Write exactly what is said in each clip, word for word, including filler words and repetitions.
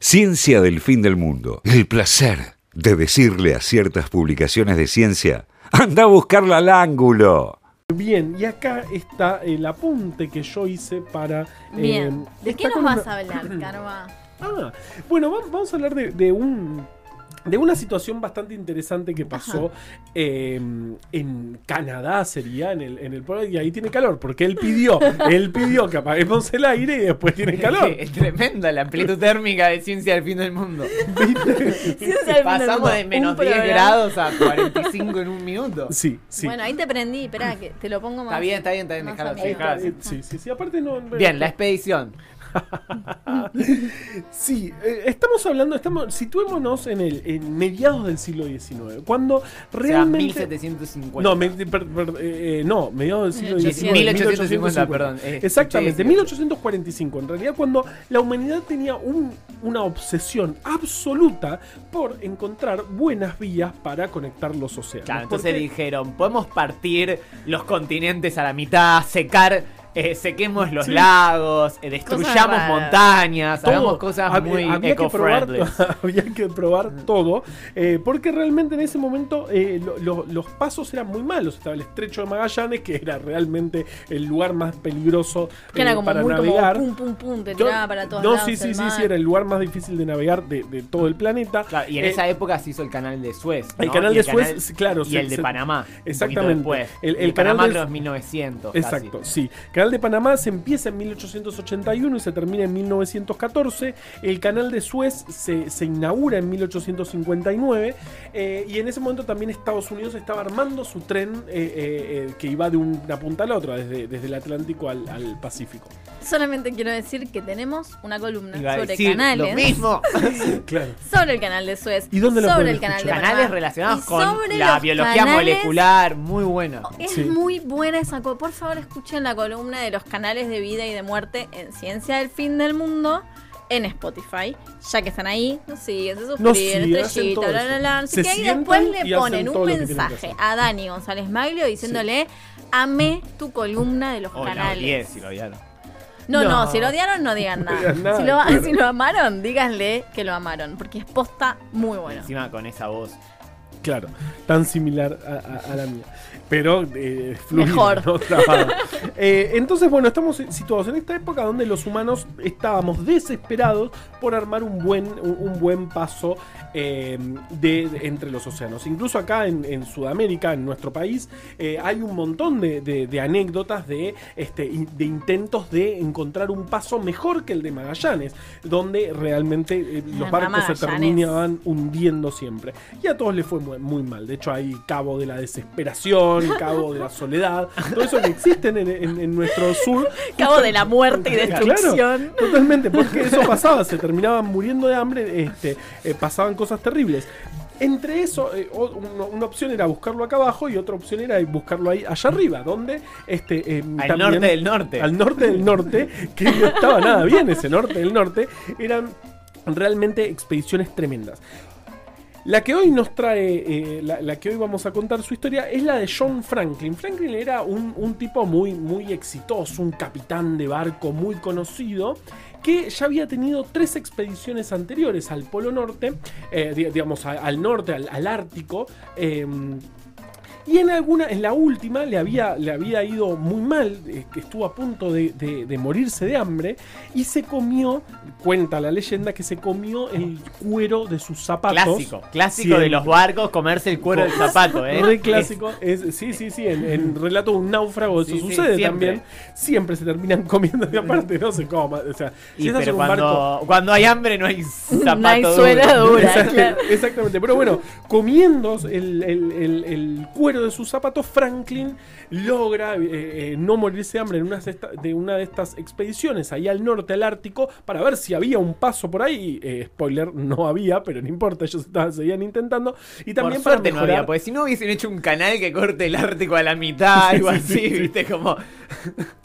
Ciencia del fin del mundo. El placer de decirle a ciertas publicaciones de ciencia, anda a buscarla al ángulo. Bien, y acá está el apunte que yo hice para... Bien, eh, ¿de qué nos columna... vas a hablar, Carva? Ah, bueno, vamos a hablar de, de un... de una situación bastante interesante que pasó eh, en Canadá, sería, en el, en el pueblo, y ahí tiene calor, porque él pidió, él pidió que apaguemos el aire y después tiene calor. Es tremenda la amplitud térmica de Ciencia del Fin del Mundo. Pasamos de menos diez grados a cuarenta y cinco en un minuto. Sí, sí. Bueno, ahí te prendí, esperá, que te lo pongo más. Está bien, está bien, está bien, más dejalo así, amigo. dejalo así. Sí, sí, sí, aparte no... Bien, la expedición. Sí, eh, estamos hablando, estamos, situémonos en el en mediados del siglo diecinueve, cuando realmente... O sea, mil setecientos cincuenta. No, me, per, per, eh, no, mediados del siglo diecinueve. mil ochocientos cincuenta, perdón. Eh, Exactamente, mil ochocientos cuarenta y cinco, en realidad cuando la humanidad tenía un, una obsesión absoluta por encontrar buenas vías para conectar los océanos. Claro, entonces Porque... dijeron, podemos partir los continentes a la mitad, secar... Eh, sequemos los sí. lagos, eh, destruyamos montañas, todo. Hagamos cosas había, muy había eco-friendly. Que probar, había que probar todo, eh, porque realmente en ese momento eh, lo, lo, los pasos eran muy malos. Estaba el estrecho de Magallanes, que era realmente el lugar más peligroso que era eh, como para muy navegar. Como pum, pum, pum, te tiraba para todos No, lados sí, sí, el sí, mar. sí, era el lugar más difícil de navegar de, de todo el planeta. Claro, y en eh, esa época se hizo el canal de Suez, ¿no? El canal y de el Suez, canal, claro. Y se, el de se, Panamá. Exactamente. Después. El, el, el canal Panamá de de los mil novecientos. Exacto, casi. sí. El canal de Panamá se empieza en mil ochocientos ochenta y uno y se termina en mil novecientos catorce. El canal de Suez se, se inaugura en mil ochocientos cincuenta y nueve. Eh, y en ese momento también Estados Unidos estaba armando su tren eh, eh, eh, que iba de una punta a la otra, desde, desde el Atlántico al, al Pacífico. Solamente quiero decir que tenemos una columna Iba a sobre decir canales. Lo mismo. Claro. Sobre el canal de Suez. ¿Y dónde lo sobre pueden el canal de escuchar? Panamá. Canales relacionados Y con sobre la los biología canales- molecular, muy buena. Es Sí. muy buena esa cosa. Por favor, escuchen la columna de los canales de vida y de muerte en Ciencia del Fin del Mundo en Spotify. Ya que están ahí, nos siguen, se Nos suscriben, siguen, hacen estrellita, todo bla, eso. bla, bla. Así Se que ahí sientan después y le hacen ponen todo un lo que tienen que mensaje hacer. a Dani González Maglio diciéndole: amé tu columna de los O la canales. odié, si lo odiaron. No, no, No. si lo odiaron, no digan No nada. digan nada, si, lo, claro. si lo amaron, díganle que lo amaron, porque es posta muy bueno. Encima con esa voz. Claro, tan similar a, a, a la mía. Pero eh, fluida, Mejor. ¿no? Trabada. eh, entonces, bueno, estamos situados en esta época donde los humanos estábamos desesperados por armar un buen, un, un buen paso eh, de, de- entre los océanos. Incluso acá en, en Sudamérica, en nuestro país, eh, hay un montón de, de- de anécdotas de, este, in- de intentos de encontrar un paso mejor que el de Magallanes, donde realmente eh, los Ah, barcos se Magallanes. terminaban hundiendo siempre. Y a todos les fue muy, muy mal. De hecho, hay cabo de la desesperación, cabo de la soledad, todo eso que existen en, en- en nuestro sur. Cabo de la muerte y destrucción. Claro, totalmente, porque eso pasaba, se terminaban muriendo de hambre, este, eh, pasaban cosas terribles. Entre eso, eh, o- una, una opción era buscarlo acá abajo y otra opción era buscarlo ahí allá arriba, donde este, eh, Al también- norte del norte. Al norte del norte, que no estaba nada bien ese norte del norte, eran realmente expediciones tremendas. La que hoy nos trae, eh, la, la que hoy vamos a contar su historia es la de John Franklin. Franklin era un, un tipo muy, muy exitoso, un capitán de barco muy conocido, que ya había tenido tres expediciones anteriores al Polo Norte, eh, di- digamos a- al norte, al, al Ártico. eh, Y en alguna, en la última le había, le había ido muy mal, eh, que estuvo a punto de, de- de morirse de hambre y se comió, cuenta la leyenda, que se comió el cuero de sus zapatos. Clásico, clásico Siempre. de los barcos, comerse el cuero del zapato, ¿eh? Re clásico, es, sí, sí, sí, en, en Relato de un náufrago eso Sí, sí, sucede siempre. también. Siempre se terminan comiendo y aparte no se coma. O sea, Y si estás pero en un cuando, barco. cuando hay hambre no hay zapato No hay duro. suela dura. Exact- claro. Exactamente, pero bueno, comiendo el, el- el- el cuero de sus zapatos, Franklin logra eh, eh, no morirse de hambre en una de, esta- de una de estas expediciones ahí al norte, al Ártico, para ver si había un paso por ahí. Eh, spoiler, no había, pero no importa, ellos estaban, seguían intentando. Y también Por para suerte no mejorar. había, porque si no hubiesen hecho un canal que corte el Ártico a la mitad, algo Sí, así, sí, sí. viste, como...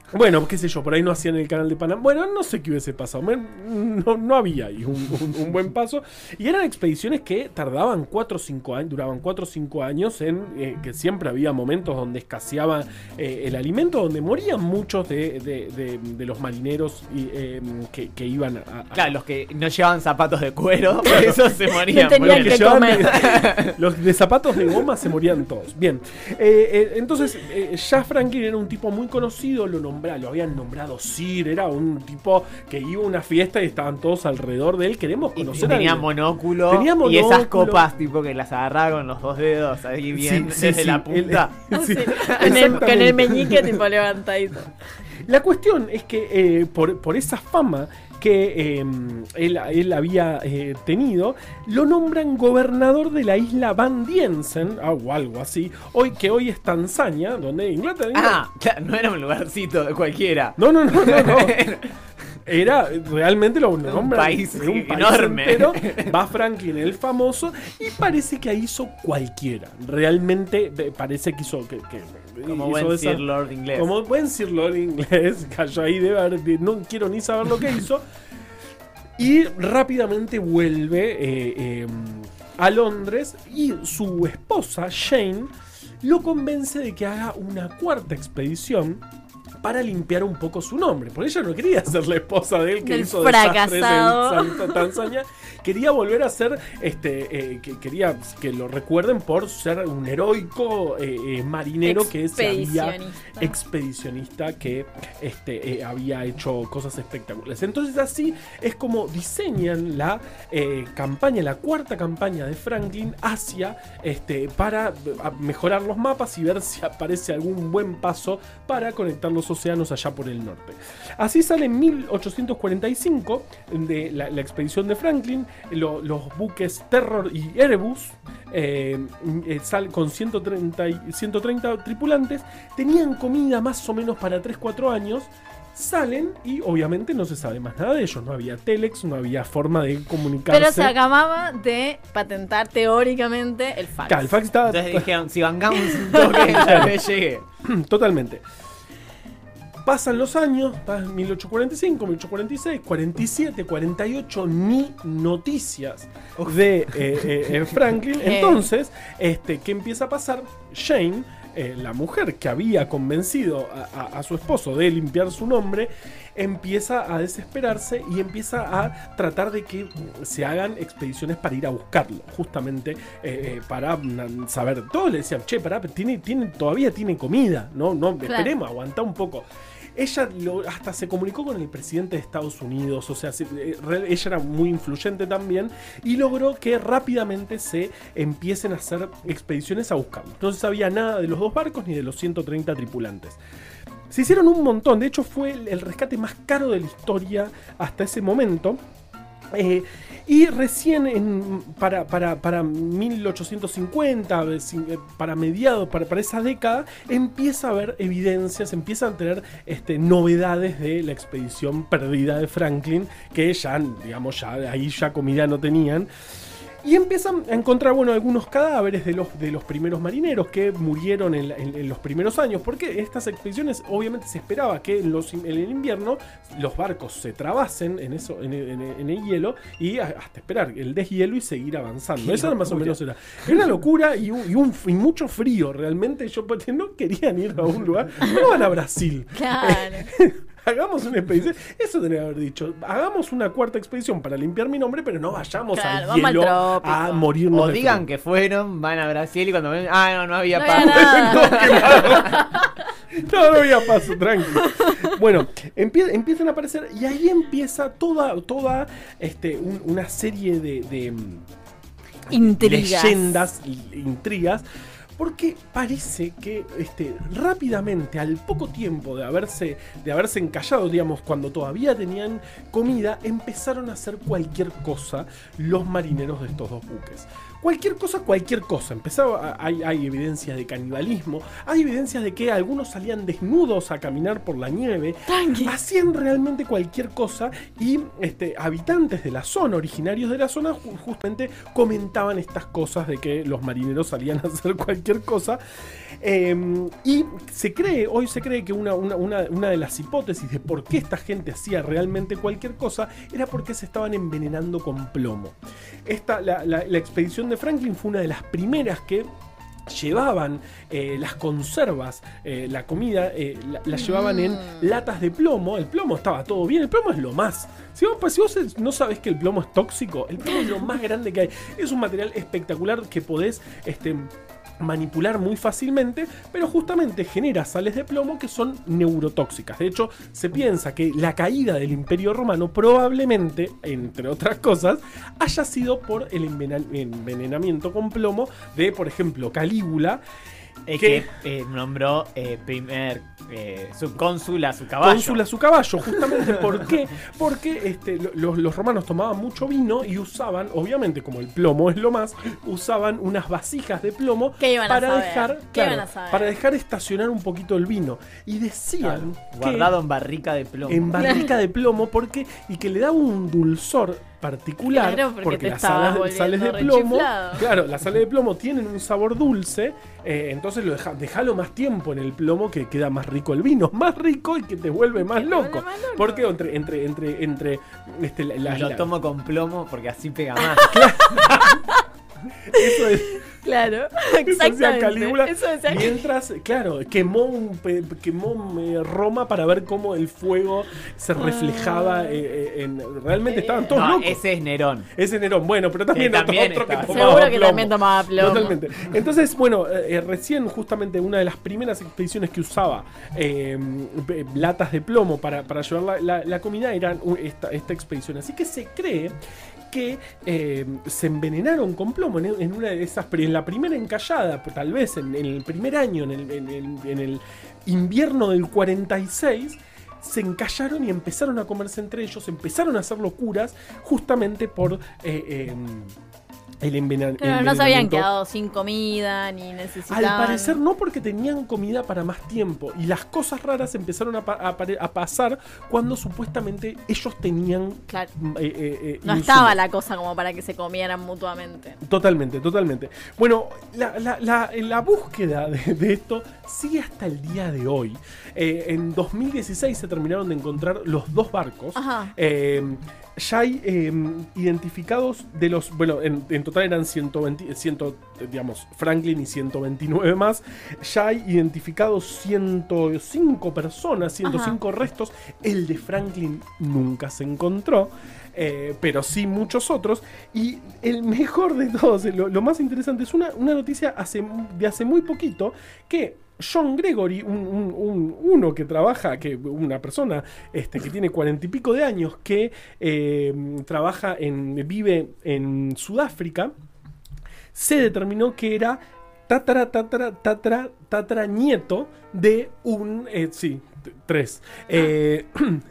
Bueno, qué sé yo, por ahí no hacían el canal de Panamá. Bueno, no sé qué hubiese pasado. No, no había ahí un, un, un buen paso. Y eran expediciones que tardaban cuatro o cinco años, duraban cuatro o cinco años, en eh, que siempre había momentos donde escaseaba eh, el alimento, donde morían muchos de, de, de, de los marineros y, eh, que, que iban a, a... Claro, los que no llevaban zapatos de cuero, por eso se morían. No tenían que comer. De, los de zapatos de goma se morían todos. Bien, eh, eh, entonces eh, Jack Franklin era un tipo muy conocido, lo nombraba, lo habían nombrado Sir, era un tipo que iba a una fiesta y estaban todos alrededor de él. Queremos conocer y tenía a monóculo, tenía monóculo y esas copas tipo que las agarraba con los dos dedos ahí bien sí, sí, desde sí, la punta. el, sí, Sí, con, el, con el meñique tipo levantadito. La cuestión es que eh, por, por esa fama que eh, él, él había eh, tenido, lo nombran gobernador de la isla Van Diensen, o algo así, hoy, que hoy es Tanzania, donde Inglaterra... Ah, claro, no era un lugarcito de cualquiera. No, no, no, no, no. Era realmente lo nombran. Un país, un país enorme. Entero. Va Franklin, el famoso, y parece que hizo cualquiera. Realmente parece que hizo... Que, que como hizo buen esa, Sir Lord inglés. Como buen Sir Lord inglés, cayó ahí, debe haber, no quiero ni saber lo que hizo. Y rápidamente vuelve eh, eh, a Londres y su esposa, Jane, lo convence de que haga una cuarta expedición para limpiar un poco su nombre. Porque ella no quería ser la esposa de él que Del hizo fracasado. desastres en Tanzania. Quería volver a ser, este, eh, que quería que lo recuerden por ser un heroico eh, eh, marinero que se había expedicionista que este, eh, había hecho cosas espectaculares. Entonces así es como diseñan la eh, campaña, la cuarta campaña de Franklin hacia este, para mejorar los mapas y ver si aparece algún buen paso para conectar los océanos allá por el norte. Así sale en mil ochocientos cuarenta y cinco de la, la expedición de Franklin. Lo, los buques Terror y Erebus eh, eh, sal, con ciento treinta, ciento treinta tripulantes, tenían comida más o menos para tres cuatro años. Salen y obviamente no se sabe más nada de ellos. No había telex, no había forma de comunicarse. Pero se acababa de patentar teóricamente el fax. Claro, el fax estaba... Entonces dijeron, si vengamos un toque, ya que llegue. Totalmente. Pasan los años, mil ochocientos cuarenta y cinco, mil ochocientos cuarenta y seis, cuarenta y siete, cuarenta y ocho, ni noticias de eh, eh, Franklin. Entonces, este, ¿qué empieza a pasar? Jane, eh, la mujer que había convencido a, a, a su esposo de limpiar su nombre, empieza a desesperarse y empieza a tratar de que se hagan expediciones para ir a buscarlo, justamente eh, eh, para mm, saber. Todos le decían, che, pará, tiene, tiene, todavía tiene comida, no, no, claro. Esperemos, aguantá un poco. Ella lo, hasta se comunicó con el presidente de Estados Unidos, o sea, se, eh, ella era muy influyente también y logró que rápidamente se empiecen a hacer expediciones a buscarlo. No se sabía nada de los dos barcos ni de los ciento treinta tripulantes. Se hicieron un montón, de hecho fue el, el rescate más caro de la historia hasta ese momento. Eh, y recién en, para, para, para mil ochocientos cincuenta, para mediados, para, para esa década, empieza a haber evidencias, empiezan a tener este, novedades de la expedición perdida de Franklin, que ya, digamos, ya ahí ya comida no tenían. Y empiezan a encontrar, bueno, algunos cadáveres de los, de los primeros marineros que murieron en, en, en los primeros años. Porque estas expediciones, obviamente, se esperaba que en, los, en el invierno los barcos se trabasen en, eso, en, en, en el hielo y hasta esperar el deshielo y seguir avanzando. Eso más o menos era. Era una locura y, un, y, un, y mucho frío. Realmente, yo no querían ir a un lugar. No van a Brasil. Claro. Hagamos una expedición. Eso tenía que haber dicho. Hagamos una cuarta expedición para limpiar mi nombre, pero no vayamos claro, al hielo al a morirnos. O de digan frío. Que fueron, van a Brasil y cuando ven, ah, no, no había No paso. No, no había paso, tranquilo. Bueno, empie- empiezan a aparecer y ahí empieza toda, toda este, un- una serie de, de Intrigas. leyendas, intrigas. Porque parece que este, rápidamente, al poco tiempo de haberse, de haberse encallado, digamos, cuando todavía tenían comida, empezaron a hacer cualquier cosa los marineros de estos dos buques. cualquier cosa, cualquier cosa. Empezaba, a, hay, hay evidencias de canibalismo, hay evidencias de que algunos salían desnudos a caminar por la nieve, Tranqui. hacían realmente cualquier cosa y este, habitantes de la zona, originarios de la zona, ju- justamente comentaban estas cosas de que los marineros salían a hacer cualquier cosa. Eh, y se cree, hoy se cree que una, una, una, una de las hipótesis de por qué esta gente hacía realmente cualquier cosa era porque se estaban envenenando con plomo. Esta, la, la, la expedición de Franklin fue una de las primeras que llevaban eh, las conservas, eh, la comida, eh, la, la llevaban en latas de plomo. El plomo estaba todo bien, el plomo es lo más. Si vos, pues, si vos no sabés que el plomo es tóxico, el plomo es lo más grande que hay. Es un material espectacular que podés este, manipular muy fácilmente, pero justamente genera sales de plomo que son neurotóxicas. De hecho, se piensa que la caída del Imperio Romano probablemente, entre otras cosas, haya sido por el envena- envenenamiento con plomo de, por ejemplo, Calígula. Es que que eh, nombró eh, primer eh, subcónsul a su caballo. Cónsul a su caballo, justamente. ¿Por qué? Porque este, lo- los, los romanos tomaban mucho vino y usaban, obviamente, como el plomo es lo más, usaban unas vasijas de plomo ¿Qué iban a para saber? dejar, ¿Qué claro, iban a saber? para dejar estacionar un poquito el vino. Y decían que Guardado en barrica de plomo. en barrica de plomo porque y que le daba un dulzor particular, Claro, porque te las estabas salas- sales de volviendo plomo, rechiflado. claro, las sales de plomo tienen un sabor dulce, eh, entonces lo deja, dejalo más tiempo en el plomo que queda más rico el vino, más rico y que te vuelve más te vuelve loco. más loco. Porque entre entre entre entre este, la, la- Y lo la- tomo con plomo porque así pega más. eso es, Claro, eso hacía exactamente. Calígula, Eso decía- mientras, claro, quemó, un pe- quemó eh, Roma para ver cómo el fuego se reflejaba. eh, eh, en, realmente estaban todos No, locos. ese es Nerón. Ese Nerón, bueno, pero también, Que otro, también otro que estaba- tomaba Seguro que plomo. también tomaba plomo. Totalmente. Entonces, bueno, eh, eh, recién justamente una de las primeras expediciones que usaba eh, b- latas de plomo para, para llevar la, la- la comida era un- esta, esta expedición. Así que se cree que eh, se envenenaron con plomo en, en una de esas, en la primera encallada, tal vez en, en el primer año, en el, en el- en el invierno del cuarenta y seis. Se encallaron y empezaron a comerse entre ellos, empezaron a hacer locuras justamente por eh, eh, el envenen- Claro, no se habían envenenamiento. quedado sin comida ni necesitaban. Al parecer no, porque tenían comida para más tiempo. Y las cosas raras empezaron a, pa- a pare- a pasar cuando supuestamente ellos tenían... Claro. eh, eh, eh, No insumos. estaba la cosa como para que se comieran mutuamente. Totalmente, totalmente. Bueno, la, la- la- la búsqueda de, de esto sigue hasta el día de hoy. Eh, en dos mil dieciséis se terminaron de encontrar los dos barcos. Ajá. Eh, ya hay eh, identificados de los... Bueno, en, en total eran ciento veinte, cien, digamos, Franklin y ciento veintinueve más. Ya hay identificados ciento cinco personas, ciento cinco restos. El de Franklin nunca se encontró. Eh, pero sí muchos otros. Y el mejor de todos, lo, lo más interesante, es una, una noticia hace, de hace muy poquito que John Gregory, un, un- un- uno que trabaja, que una persona este, que tiene cuarenta y pico de años, que eh, trabaja en, vive en Sudáfrica, se determinó que era tatara, tatara, tatara, tatara nieto de un, eh, sí, t- tres. Eh,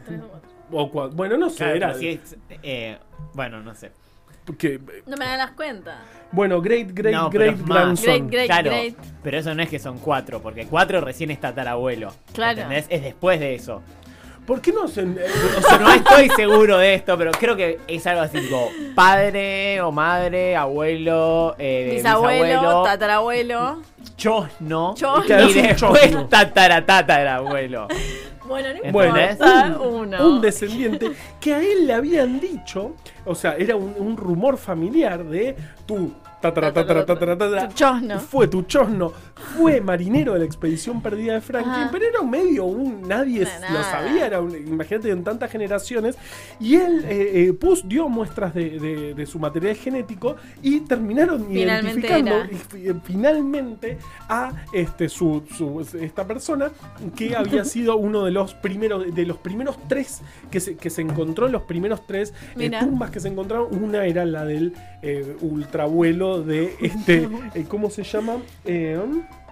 o cua- bueno, no sé, Claro, era... pero si es, eh, bueno, no sé. que, No me das cuenta. bueno, great, great, No, pero great es más. grandson. Great, great, Claro, great. pero eso no es que son cuatro, porque cuatro recién es tatarabuelo. Claro. ¿Entendés? Es después de eso. ¿Por qué no se.? eh, O sea, no estoy seguro de esto, pero creo que es algo así como padre o madre, abuelo, eh, Bisabuelo, bisabuelo, tatarabuelo. chosno, Chosno. Claro, y es un después chosno. tataratatarabuelo. Bueno, no Bueno, importa. un, Uno. un descendiente que a él le habían dicho, o sea, era un, un rumor familiar de tu tatara, tatara, tatara, tatara, Tu chosno. fue tu chosno, fue marinero de la expedición perdida de Franklin, Ajá. pero era un medio, un nadie No, lo nada. sabía, era un- imagínate en tantas generaciones, y él eh, eh, pus, dio muestras de, de- de su material genético y terminaron Finalmente identificando era. y fi- finalmente a este su, su- esta persona que había sido uno de los primeros de los primeros tres que se, que se encontró, los primeros tres eh, Mira. tumbas que se encontraron. Una era la del eh, ultravuelo de este eh, ¿cómo se llama? Eh,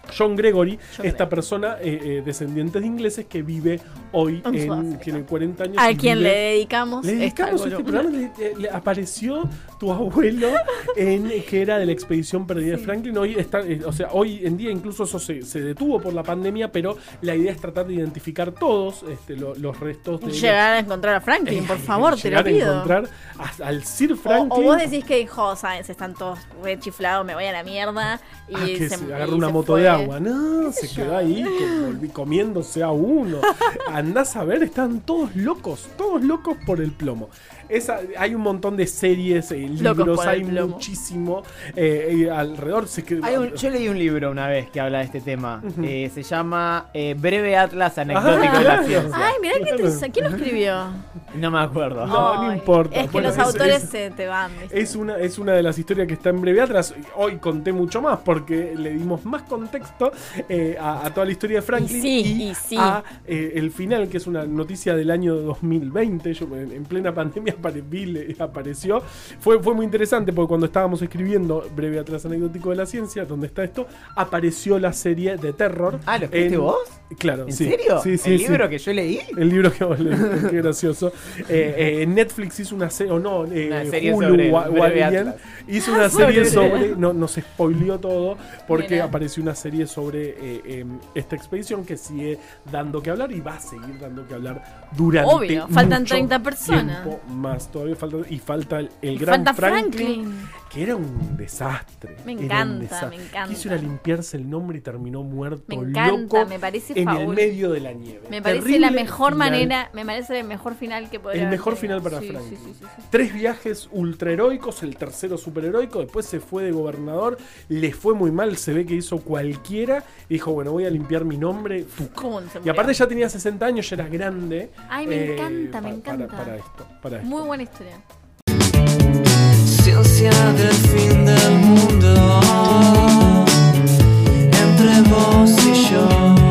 John Gregory, John esta Gregory. persona eh, eh, descendiente de ingleses que vive hoy, En en, Sudáfrica. tiene cuarenta años. A y quien vive- le dedicamos, Le dedicamos esta este columna. programa, le, le- le apareció tu abuelo en que era de la expedición perdida de Franklin. Hoy está, eh, o sea, hoy en día incluso eso se, se detuvo por la pandemia, pero la idea es tratar de identificar todos este, lo- los restos de Llegar a encontrar a Franklin, por Eh, favor, te lo llegar a pido. encontrar a- al Sir O, Franklin. o vos decís que dijo, ¿sabes? Están todos re chiflados, me voy a la mierda. Y Ah, que se, se y agarró una se moto fue. de agua. No, se sé quedó yo. ahí que volví comiéndose a uno. Andás a ver, están todos locos, todos locos por el plomo. Esa, hay un montón de series, eh, Locos libros, por el hay plomo. muchísimo eh, eh, alrededor. Se quedó, Hay un- yo leí un libro una vez que habla de este tema. Eh, se llama eh, Breve Atlas Anecdótico Ah, de la claro. Ciencia. Ay, mirá qué interesante. ¿Quién lo escribió? No me acuerdo. No, no Ay, importa. Es que Bueno, los es- autores es- se te van. ¿viste? Es una, es una de las historias que está en breve atrás. Hoy conté mucho más porque le dimos más contexto eh, a, a toda la historia de Franklin Y sí, y sí. a eh, el final, que es una noticia del año dos mil veinte. Yo en, en plena pandemia apare- vi, le- apareció. Fue, fue muy interesante porque cuando estábamos escribiendo Breve Atrás Anecdótico de la Ciencia, donde está esto, apareció la serie de terror. Ah, ¿lo escribiste en- vos? Claro, ¿En sí. serio? Sí, sí, ¿El sí. libro que yo leí? El libro que vos leíste, qué gracioso. Eh, eh, Netflix hizo una serie, o no, eh, Una serie Hulu sobre o, el o breve alguien Atlas. hizo una Sobre serie el- sobre, no, nos spoileó todo, porque Mira. apareció una serie sobre eh, eh, esta expedición que sigue dando que hablar y va a seguir dando que hablar durante Obvio, faltan mucho treinta personas. tiempo más. Todavía falta, y falta el, el Y gran falta Franklin, Franklin. que era un desastre. Me era un encanta, desastre. me encanta. Quiso ir a limpiarse el nombre y terminó muerto Me encanta, loco me parece en el fabuloso. medio de la nieve. Me parece Terrible la mejor final. manera, me parece el mejor final que podría El haber mejor tenido. final para Sí, Franklin. sí, sí, sí, sí. Tres viajes ultraheroicos, el tercero superheroico, después se fue de gobernador, le fue muy mal, se ve que hizo cualquiera, y dijo, bueno, voy a limpiar mi nombre. tuc. ¿Cómo se Y murió? aparte ya tenía sesenta años, ya era grande. Ay, me encanta, me pa- para- encanta. Para, esto, para esto. Muy buena historia. Ciencia del